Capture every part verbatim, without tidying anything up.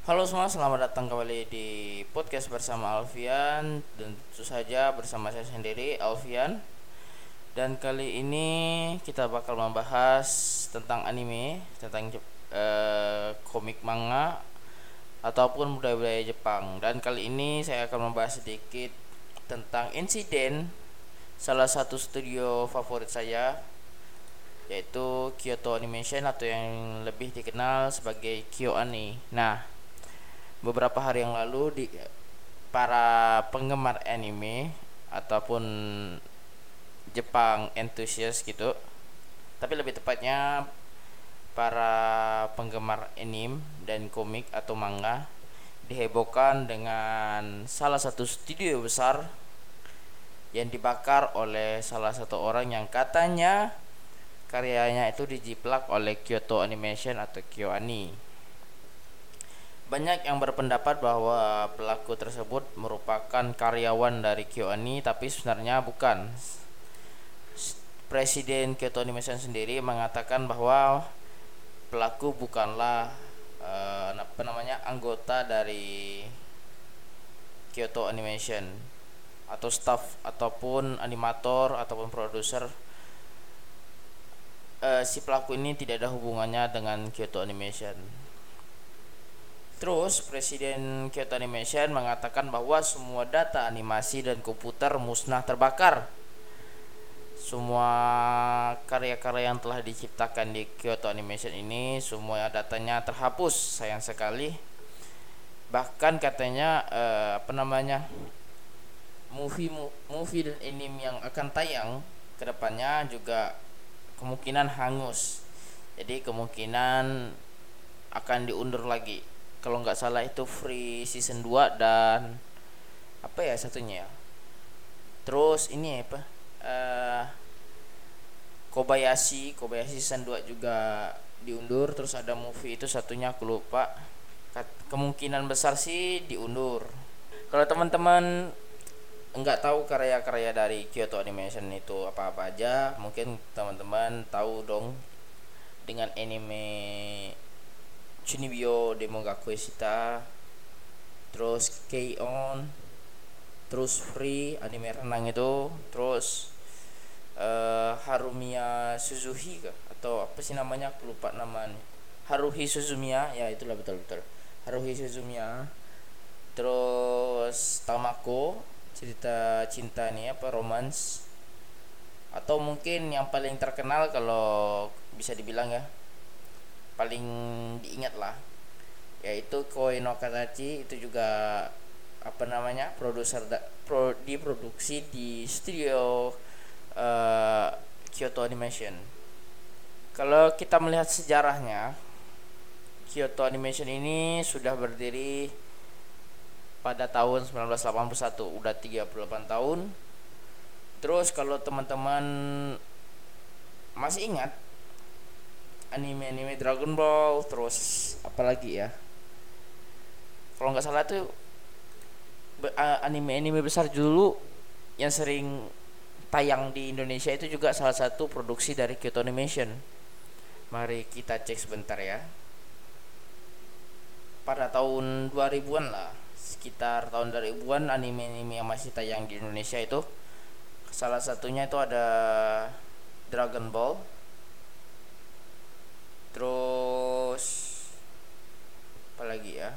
Halo semua, selamat datang kembali di podcast bersama Alfian. Dan tentu saja bersama saya sendiri, Alfian. Dan kali ini kita bakal membahas tentang anime, tentang eh, komik manga ataupun budaya-budaya Jepang. Dan kali ini saya akan membahas sedikit tentang insiden salah satu studio favorit saya, yaitu Kyoto Animation atau yang lebih dikenal sebagai KyoAni. Nah, beberapa hari yang lalu di para penggemar anime ataupun Jepang enthusiast gitu, tapi lebih tepatnya para penggemar anime dan komik atau manga dihebohkan dengan salah satu studio besar yang dibakar oleh salah satu orang yang katanya karyanya itu dijiplak oleh Kyoto Animation atau KyoAni. Banyak yang berpendapat bahwa pelaku tersebut merupakan karyawan dari KyoAni, tapi sebenarnya bukan. Presiden Kyoto Animation sendiri mengatakan bahwa pelaku bukanlah eh, apa namanya anggota dari Kyoto Animation atau staff ataupun animator ataupun produser. Eh, si pelaku ini tidak ada hubungannya dengan Kyoto Animation. Terus Presiden Kyoto Animation mengatakan bahwa semua data animasi dan komputer musnah terbakar. Semua karya-karya yang telah diciptakan di Kyoto Animation ini semua datanya terhapus, sayang sekali. Bahkan katanya eh, apa namanya movie movie dan anime yang akan tayang kedepannya juga kemungkinan hangus. Jadi kemungkinan akan diundur lagi. Kalau nggak salah itu free season dua dan apa ya satunya ya. Terus ini apa? Uh, Kobayashi, Kobayashi season dua juga diundur. Terus ada movie itu satunya aku lupa. Kemungkinan besar sih diundur. Kalau teman-teman nggak tahu karya-karya dari Kyoto Animation itu apa-apa aja, mungkin teman-teman tahu dong dengan anime Chunibyo Demogaku Shita, terus K-On, terus Free anime renang itu, terus uh, Harumiya Suzuki kah? Atau apa sih namanya, aku lupa namanya. Haruhi Suzumiya, ya itulah betul-betul Haruhi Suzumiya. Terus Tamako, cerita cinta nih apa romance. Atau mungkin yang paling terkenal kalau bisa dibilang ya, paling diingat lah, yaitu Koi no Katachi. Itu juga apa namanya produser da, pro, diproduksi di studio uh, Kyoto Animation. Kalau kita melihat sejarahnya, Kyoto Animation ini sudah berdiri pada tahun sembilan belas delapan puluh satu, udah tiga puluh delapan tahun. Terus kalau teman-teman masih ingat anime-anime Dragon Ball, terus apalagi ya, kalau nggak salah tuh anime-anime besar dulu yang sering tayang di Indonesia itu juga salah satu produksi dari Kyoto Animation. Mari kita cek sebentar ya. Pada tahun dua ribuan lah, sekitar tahun dua ribuan, anime-anime yang masih tayang di Indonesia itu salah satunya itu ada Dragon Ball. Terus apa lagi ya?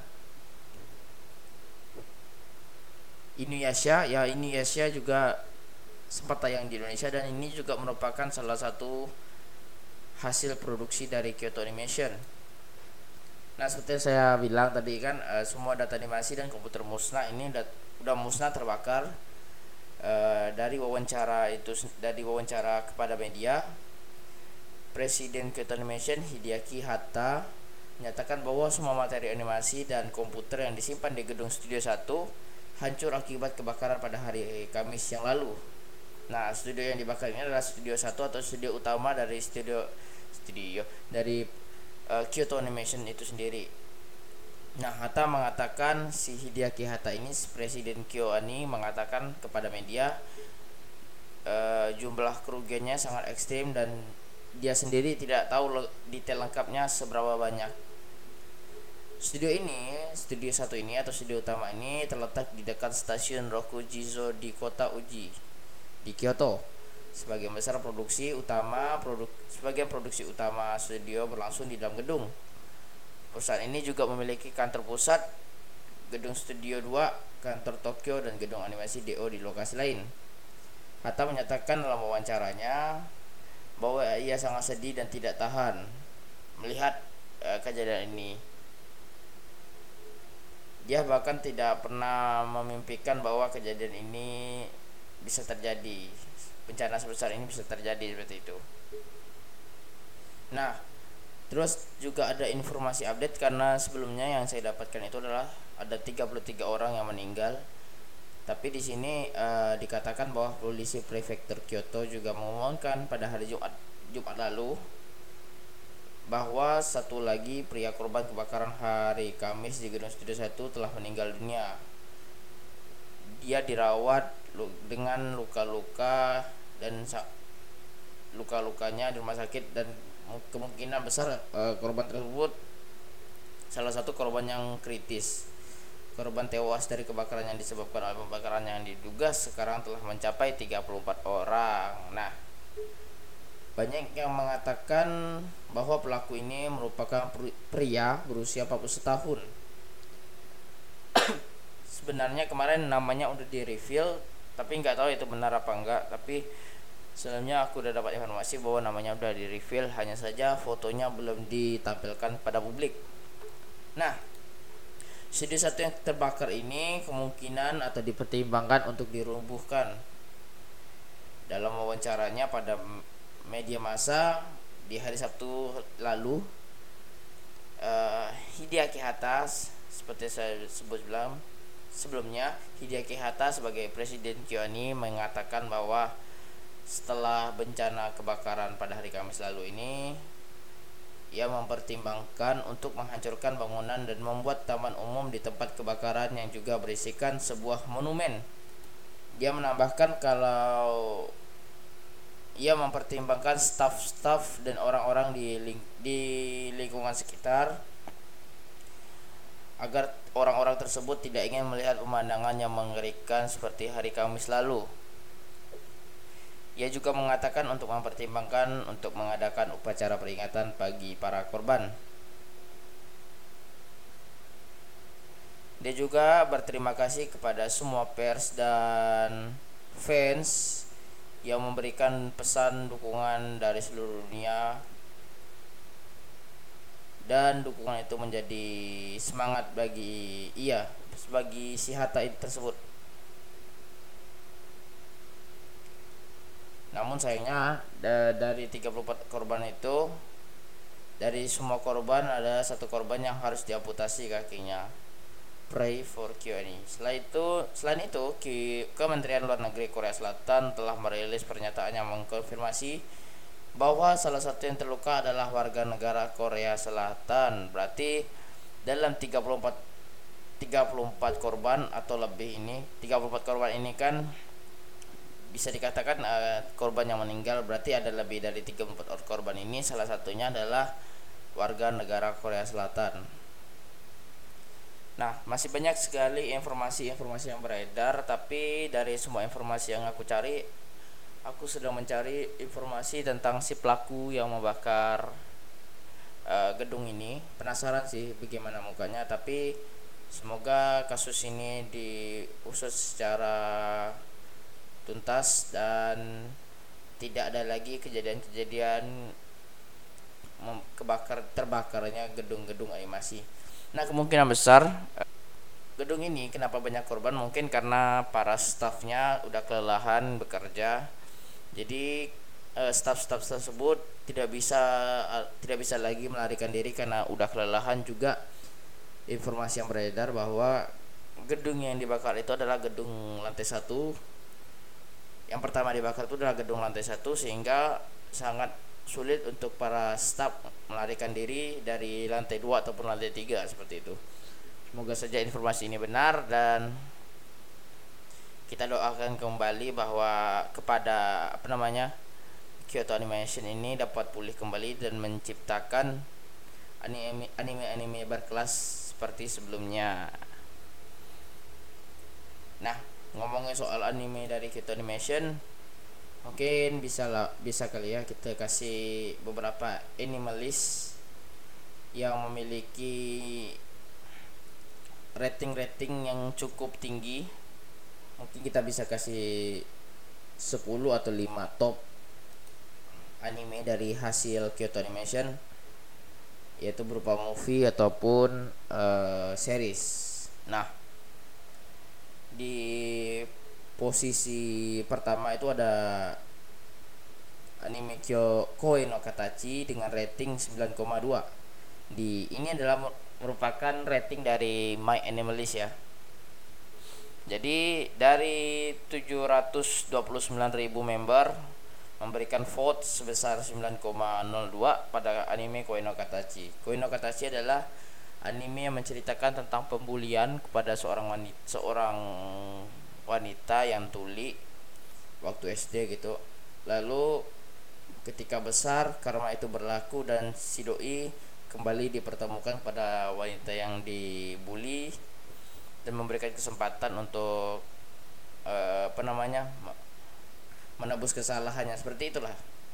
Inuyasha, ya Inuyasha juga sempat tayang di Indonesia, dan ini juga merupakan salah satu hasil produksi dari Kyoto Animation. Nah, seperti saya bilang tadi kan, uh, semua data animasi dan komputer musnah ini udah, udah musnah terbakar. Uh, dari wawancara itu dari wawancara kepada media, Presiden Kyoto Animation Hideaki Hatta menyatakan bahwa semua materi animasi dan komputer yang disimpan di gedung Studio satu hancur akibat kebakaran pada hari Kamis yang lalu. Nah, studio yang dibakar ini adalah Studio satu atau studio utama dari studio studio dari uh, Kyoto Animation itu sendiri. Nah, Hatta mengatakan, si Hideaki Hatta ini, Presiden KyoAni, mengatakan kepada media uh, jumlah kerugiannya sangat ekstrim dan dia sendiri tidak tahu detail lengkapnya seberapa banyak. Studio ini, studio satu ini atau studio utama ini terletak di dekat stasiun Rokujizo di kota Uji di Kyoto. Sebagian besar produksi utama produk sebagian produksi utama studio berlangsung di dalam gedung. Perusahaan ini juga memiliki kantor pusat, gedung studio dua, kantor Tokyo, dan gedung animasi D O di lokasi lain. Hatta menyatakan dalam wawancaranya bahwa ia sangat sedih dan tidak tahan melihat uh, kejadian ini. Dia bahkan tidak pernah memimpikan bahwa kejadian ini bisa terjadi, bencana sebesar ini bisa terjadi seperti itu. Nah, terus juga ada informasi update karena sebelumnya yang saya dapatkan itu adalah ada tiga puluh tiga orang yang meninggal. Tapi di sini uh, dikatakan bahwa polisi prefektur Kyoto juga mengumumkan pada hari Jumat Jumat lalu bahwa satu lagi pria korban kebakaran hari Kamis di gedung studio satu telah meninggal dunia. Dia dirawat dengan luka-luka dan luka-lukanya di rumah sakit, dan kemungkinan besar uh, korban tersebut salah satu korban yang kritis. Korban tewas dari kebakaran yang disebabkan oleh pembakaran yang diduga sekarang telah mencapai tiga puluh empat orang. Nah, banyak yang mengatakan bahwa pelaku ini merupakan pria berusia empat puluh satu tahun. Sebenarnya kemarin namanya udah di reveal, tapi nggak tahu itu benar apa enggak. Tapi sebelumnya aku udah dapat informasi bahwa namanya udah di reveal, hanya saja fotonya belum ditampilkan pada publik. Nah, studio satu yang terbakar ini kemungkinan atau dipertimbangkan untuk dirumbuhkan. Dalam wawancaranya pada media massa di hari Sabtu lalu, uh, Hideaki Hata, seperti saya sebut sebelum sebelumnya, Hideaki Hata sebagai Presiden KyoAni mengatakan bahwa setelah bencana kebakaran pada hari Kamis lalu ini, ia mempertimbangkan untuk menghancurkan bangunan dan membuat taman umum di tempat kebakaran yang juga berisikan sebuah monumen. Dia menambahkan kalau ia mempertimbangkan staf-staf dan orang-orang di, ling- di lingkungan sekitar agar orang-orang tersebut tidak ingin melihat pemandangan yang mengerikan seperti hari Kamis lalu. Ia juga mengatakan untuk mempertimbangkan untuk mengadakan upacara peringatan bagi para korban. Dia juga berterima kasih kepada semua pers dan fans yang memberikan pesan dukungan dari seluruh dunia, dan dukungan itu menjadi semangat bagi ia, bagi si Hatta tersebut. Namun sayangnya dari tiga puluh empat korban itu, dari semua korban ada satu korban yang harus diamputasi kakinya. Pray for KyoAni. Selain itu, selain itu, Kementerian Luar Negeri Korea Selatan telah merilis pernyataan yang mengkonfirmasi bahwa salah satu yang terluka adalah warga negara Korea Selatan. Berarti dalam tiga puluh empat tiga puluh empat korban atau lebih ini, tiga puluh empat korban ini kan bisa dikatakan uh, korban yang meninggal, berarti ada lebih dari tiga puluh empat korban ini, salah satunya adalah warga negara Korea Selatan. Nah, masih banyak sekali informasi-informasi yang beredar, tapi dari semua informasi yang aku cari, aku sedang mencari informasi tentang si pelaku yang membakar uh, gedung ini. Penasaran sih bagaimana mukanya, tapi semoga kasus ini diusut secara tuntas dan tidak ada lagi kejadian-kejadian kebakar terbakarnya gedung-gedung animasi. Nah, kemungkinan besar gedung ini kenapa banyak korban, mungkin karena para stafnya udah kelelahan bekerja. Jadi eh, staf-staf tersebut tidak bisa eh, tidak bisa lagi melarikan diri karena udah kelelahan. Juga informasi yang beredar bahwa gedung yang dibakar itu adalah gedung lantai satu. Yang pertama dibakar itu adalah gedung lantai satu, sehingga sangat sulit untuk para staf melarikan diri dari lantai dua ataupun lantai tiga seperti itu. Semoga saja informasi ini benar dan kita doakan kembali bahwa kepada apa namanya Kyoto Animation ini dapat pulih kembali dan menciptakan anime anime anime berkelas seperti sebelumnya. Nah, ngomongin soal anime dari Kyoto Animation, mungkin bisa lah, bisa kali ya kita kasih beberapa anime list yang memiliki rating-rating yang cukup tinggi. Mungkin kita bisa kasih sepuluh atau lima top anime dari hasil Kyoto Animation, yaitu berupa movie ataupun uh, series. Nah, di posisi pertama itu ada anime Kyo Koe no Katachi dengan rating sembilan koma dua. Di ini adalah merupakan rating dari My Animalist ya. Jadi dari tujuh ratus dua puluh sembilan ribu member memberikan vote sebesar sembilan koma nol dua pada anime Koe no Katachi. Koe no Katachi adalah anime yang menceritakan tentang pembulian kepada seorang wanita, seorang wanita yang tuli waktu S D gitu. Lalu ketika besar karma itu berlaku dan si doi kembali dipertemukan pada wanita yang dibully dan memberikan kesempatan untuk uh, apa namanya menebus kesalahannya. Seperti itulah.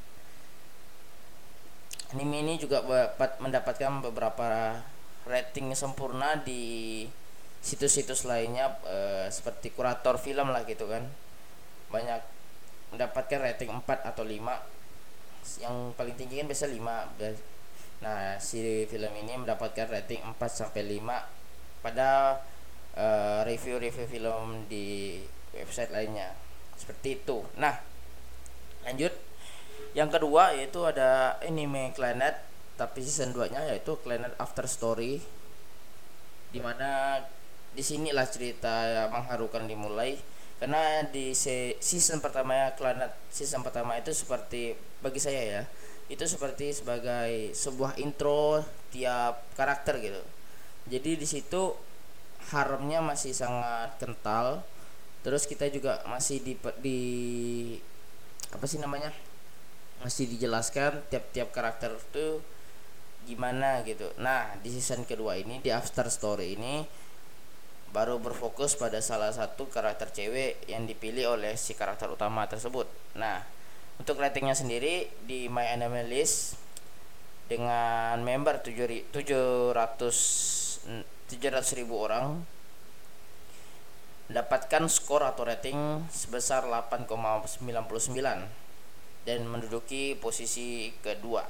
Anime ini juga mendapatkan beberapa rating sempurna di situs-situs lainnya, uh, seperti kurator film lah gitu kan. Banyak mendapatkan rating empat atau lima. Yang paling tinggi kan biasa lima. Nah, si film ini mendapatkan rating empat sampai lima pada Uh, review-review film di website lainnya. Seperti itu. Nah, lanjut. Yang kedua yaitu ada anime Clannad, tapi season dua nya yaitu Clannad After Story, dimana disinilah cerita mengharukan dimulai. Karena di season pertama Clannad season pertama itu seperti bagi saya ya, itu seperti sebagai sebuah intro tiap karakter gitu. Jadi di situ haremnya masih sangat kental. Terus kita juga masih di, di apa sih namanya masih dijelaskan tiap-tiap karakter itu gimana gitu. Nah, di season kedua ini, di After Story ini baru berfokus pada salah satu karakter cewek yang dipilih oleh si karakter utama tersebut. Nah, untuk ratingnya sendiri di My Animalist dengan member tujuh ratus ribu orang mendapatkan skor atau rating sebesar delapan koma sembilan sembilan dan menduduki posisi kedua.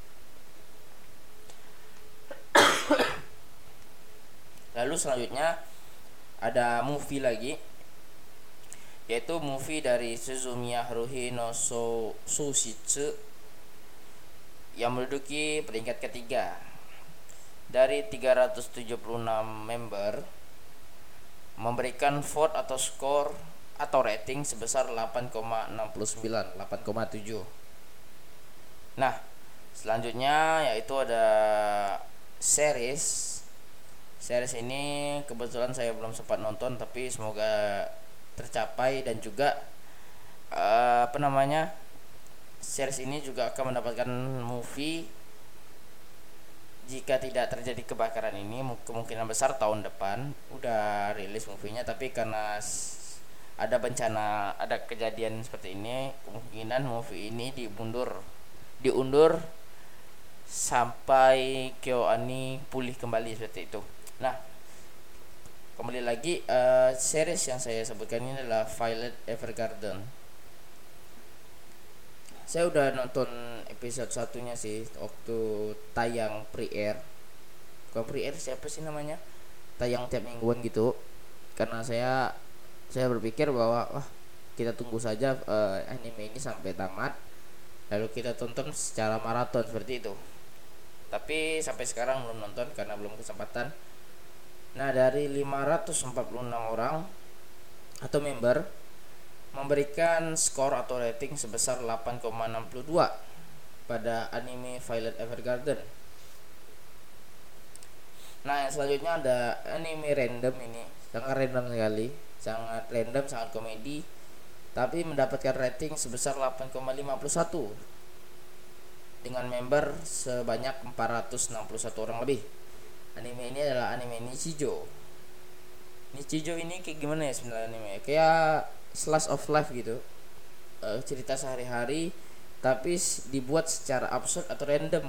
Lalu selanjutnya ada movie lagi, yaitu movie dari Suzumiya Haruhi no so Sushitsu yang menduduki peringkat ketiga. Dari tiga ratus tujuh puluh enam member memberikan vote atau skor atau rating sebesar delapan koma enam sembilan, delapan koma tujuh. Nah, selanjutnya yaitu ada series. Series ini kebetulan saya belum sempat nonton, tapi semoga tercapai. Dan juga uh, apa namanya series ini juga akan mendapatkan movie jika tidak terjadi kebakaran ini. Kemungkinan besar tahun depan udah rilis movie-nya, tapi karena ada bencana, ada kejadian seperti ini, kemungkinan movie ini diundur diundur sampai KyoAni pulih kembali, seperti itu. Nah, kembali lagi, uh, series yang saya sebutkan ini adalah Violet Evergarden. Saya udah nonton episode satunya sih waktu tayang pre-air. Bukan pre-air, siapa sih namanya? Tayang tiap mingguan gitu. Karena saya saya berpikir bahwa wah, kita tunggu saja uh, anime ini sampai tamat, lalu kita tonton secara maraton seperti itu. Tapi sampai sekarang belum nonton karena belum kesempatan. Nah, dari lima ratus empat puluh enam orang atau member memberikan skor atau rating sebesar delapan koma enam dua pada anime Violet Evergarden. Nah, yang selanjutnya ada anime random ini. Sangat random sekali, sangat random, sangat komedi, tapi mendapatkan rating sebesar delapan koma lima satu dengan member sebanyak empat ratus enam puluh satu orang lebih. Anime ini adalah anime Nichijou. Nichijou ini kayak gimana ya sebenarnya anime? Kayak slice of life gitu. Uh, cerita sehari-hari tapi dibuat secara absurd atau random.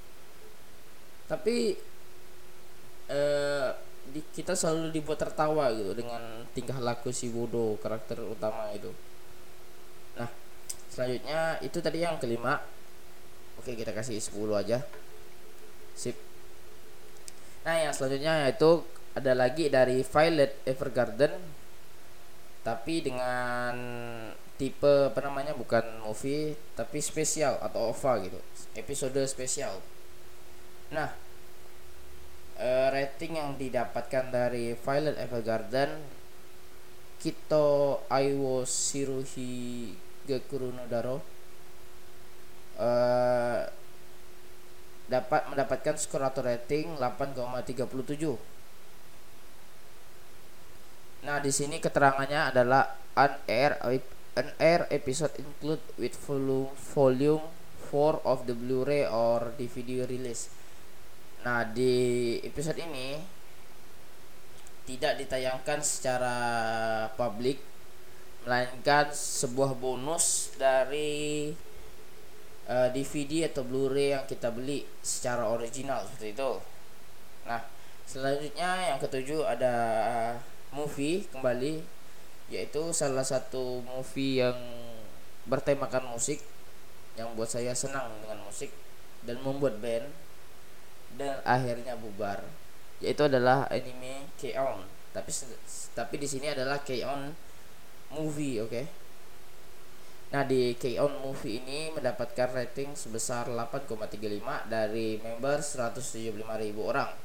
Tapi uh, di, kita selalu dibuat tertawa gitu dengan tingkah laku si bodoh karakter utama itu. Nah, selanjutnya itu tadi yang kelima. Oke, kita kasih sepuluh aja. Sip. Nah, yang selanjutnya yaitu ada lagi dari Violet Evergarden, tapi dengan tipe apa namanya, bukan movie tapi spesial atau O V A gitu, episode spesial. Nah, uh, rating yang didapatkan dari Violet Evergarden, Kito Aiwo Shiruhi Gekuru no Daro, uh, dapat mendapatkan skor atau rating delapan koma tiga tujuh. Nah, di sini keterangannya adalah on-air on-air episode include with volume volume four of the Blu-ray or D V D release. Nah, di episode ini tidak ditayangkan secara publik, melainkan sebuah bonus dari uh, D V D atau Blu-ray yang kita beli secara original seperti itu. Nah, selanjutnya yang ketujuh ada movie kembali, yaitu salah satu movie yang bertemakan musik yang buat saya senang dengan musik dan membuat band dan akhirnya bubar, yaitu adalah anime K-On. Tapi tapi di sini adalah K-On movie, oke. Okay? Nah, di K-On movie ini mendapatkan rating sebesar delapan koma tiga lima dari member seratus tujuh puluh lima ribu orang.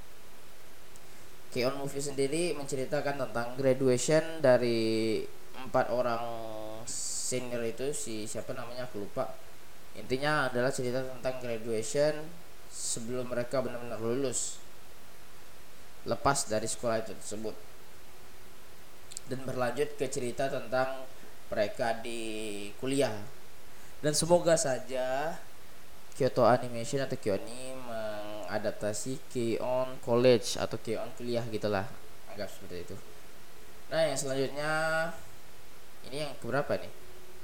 K-On movie sendiri menceritakan tentang graduation dari empat orang senior itu, si siapa namanya aku lupa. Intinya adalah cerita tentang graduation sebelum mereka benar-benar lulus, lepas dari sekolah itu tersebut, dan berlanjut ke cerita tentang mereka di kuliah. Dan semoga saja Kyoto Animation atau KyoAni mengadaptasi K-On College atau K-On kuliah gitulah, anggap seperti itu. Nah, yang selanjutnya ini yang keberapa nih?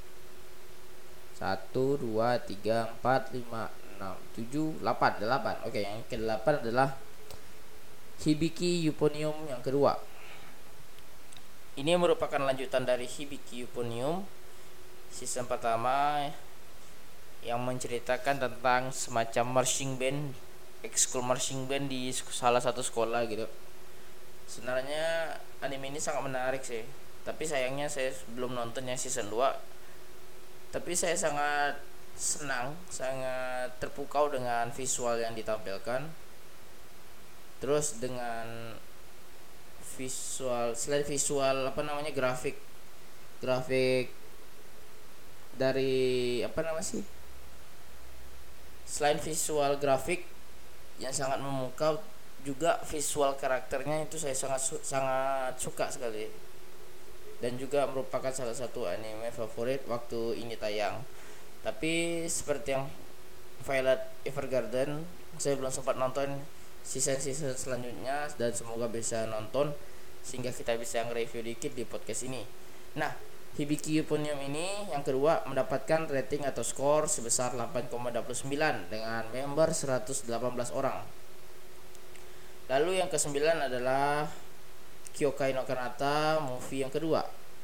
satu, dua, tiga, empat, lima, enam, tujuh, delapan, delapan. Oke, yang kedelapan adalah Hibiki Euphonium yang kedua. Ini merupakan lanjutan dari Hibiki Euphonium season pertama, yang menceritakan tentang semacam marching band, ekskul marching band di salah satu sekolah gitu. Sebenarnya anime ini sangat menarik sih, tapi sayangnya saya belum nonton yang season dua. Tapi saya sangat senang, sangat terpukau dengan visual yang ditampilkan. Terus dengan visual, selain visual apa namanya, grafik grafik dari apa namanya sih selain visual grafik yang sangat memukau, juga visual karakternya itu saya sangat su- sangat suka sekali, dan juga merupakan salah satu anime favorit waktu ini tayang. Tapi seperti yang Violet Evergarden, saya belum sempat nonton season-season selanjutnya, dan semoga bisa nonton sehingga kita bisa nge-review dikit di podcast ini. Nah, Hibiki Euphonium ini yang kedua mendapatkan rating atau skor sebesar delapan koma dua sembilan dengan member seratus delapan belas orang. Lalu yang kesembilan adalah Kyokai no Kanata movie yang kedua,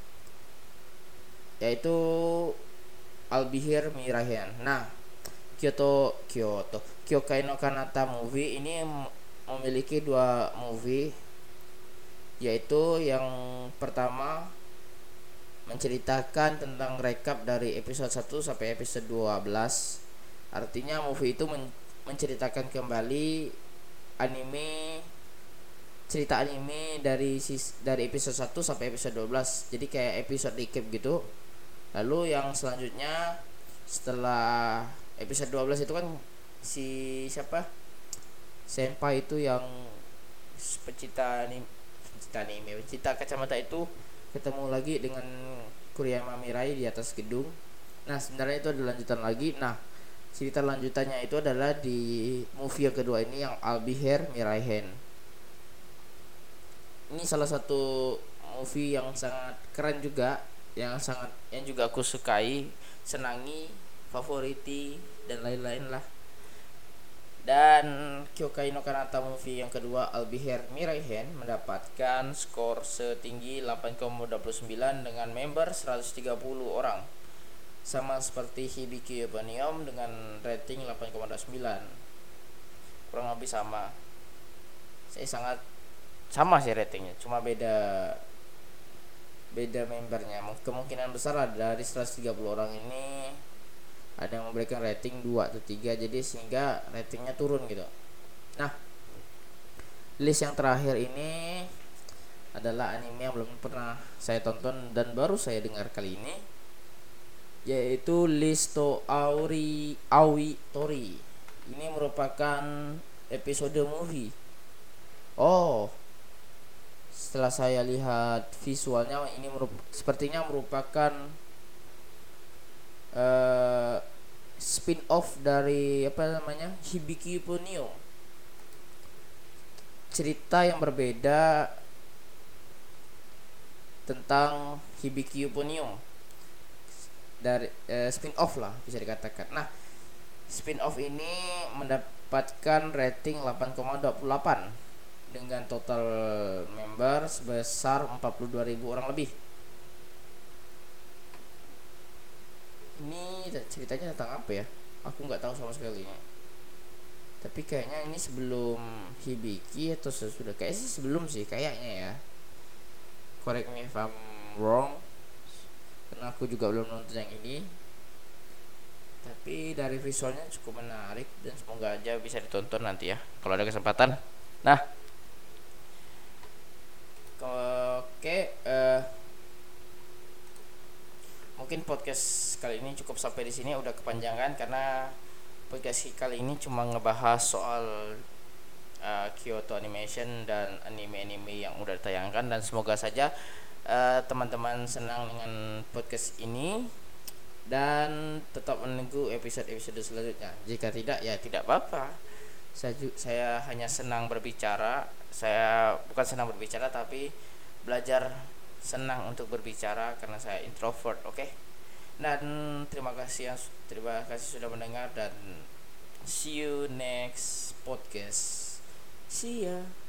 yaitu Albihir Mirahen. Nah, Kyoto Kyoto Kyokai no Kanata movie ini memiliki dua movie, yaitu yang pertama menceritakan tentang recap dari episode satu sampai episode dua belas. Artinya movie itu men- menceritakan kembali anime cerita anime dari sis- dari episode satu sampai episode dua belas. Jadi kayak episode recap gitu. Lalu yang selanjutnya setelah episode dua belas itu kan si siapa? Senpai itu yang pencipta anime, pencipta anime, pencipta kacamata itu ketemu lagi dengan Kuriyama Mirai di atas gedung. Nah, sebenarnya itu ada lanjutan lagi. Nah, cerita lanjutannya itu adalah di movie yang kedua ini, yang I'll Be Here Mirai Hen. Ini salah satu movie yang sangat keren juga, yang sangat yang juga aku sukai, senangi, favoriti dan lain-lain lah. Dan Kyokai no Kanata movie yang kedua, I'll Be Here Mirai Hen, mendapatkan skor setinggi delapan koma dua sembilan dengan member seratus tiga puluh orang, sama seperti Hibiki Yobanium dengan rating delapan koma dua sembilan, kurang lebih sama. Saya sangat sama sih ratingnya, cuma beda beda membernya. Kemungkinan besar ada dari seratus tiga puluh orang ini ada yang memberikan rating dua atau tiga, jadi sehingga ratingnya turun gitu. Nah, list yang terakhir ini adalah anime yang belum pernah saya tonton dan baru saya dengar kali ini, yaitu Listo Auri Aoi Tori. Ini merupakan episode movie. Oh, setelah saya lihat visualnya, ini merup- sepertinya merupakan uh, spin-off dari apa namanya Hibiki Punio. Cerita yang berbeda tentang Hibiki Punio dari uh, spin-off lah bisa dikatakan. Nah, spin-off ini mendapatkan rating delapan koma dua delapan dengan total member sebesar empat puluh dua ribu orang lebih. Ini ceritanya tentang apa ya? Aku nggak tahu sama sekali. Tapi kayaknya ini sebelum Hibiki atau sesudah? Kayaknya sih sebelum sih, kayaknya ya. Correct me if I'm wrong, karena aku juga belum nonton yang ini. Tapi dari visualnya cukup menarik dan semoga aja bisa ditonton nanti ya, kalau ada kesempatan. Nah, oke, uh, mungkin podcast kali ini cukup sampai di sini, udah kepanjangan karena podcast kali ini cuma ngebahas soal uh, Kyoto Animation dan anime-anime yang udah ditayangkan, dan semoga saja uh, teman-teman senang dengan podcast ini dan tetap menunggu episode-episode selanjutnya. Jika tidak, ya tidak apa-apa. Saya, saya hanya senang berbicara. Saya bukan senang berbicara, tapi belajar senang untuk berbicara karena saya introvert. Oke. Okay? Dan terima kasih terima kasih sudah mendengar, dan see you next podcast. See ya.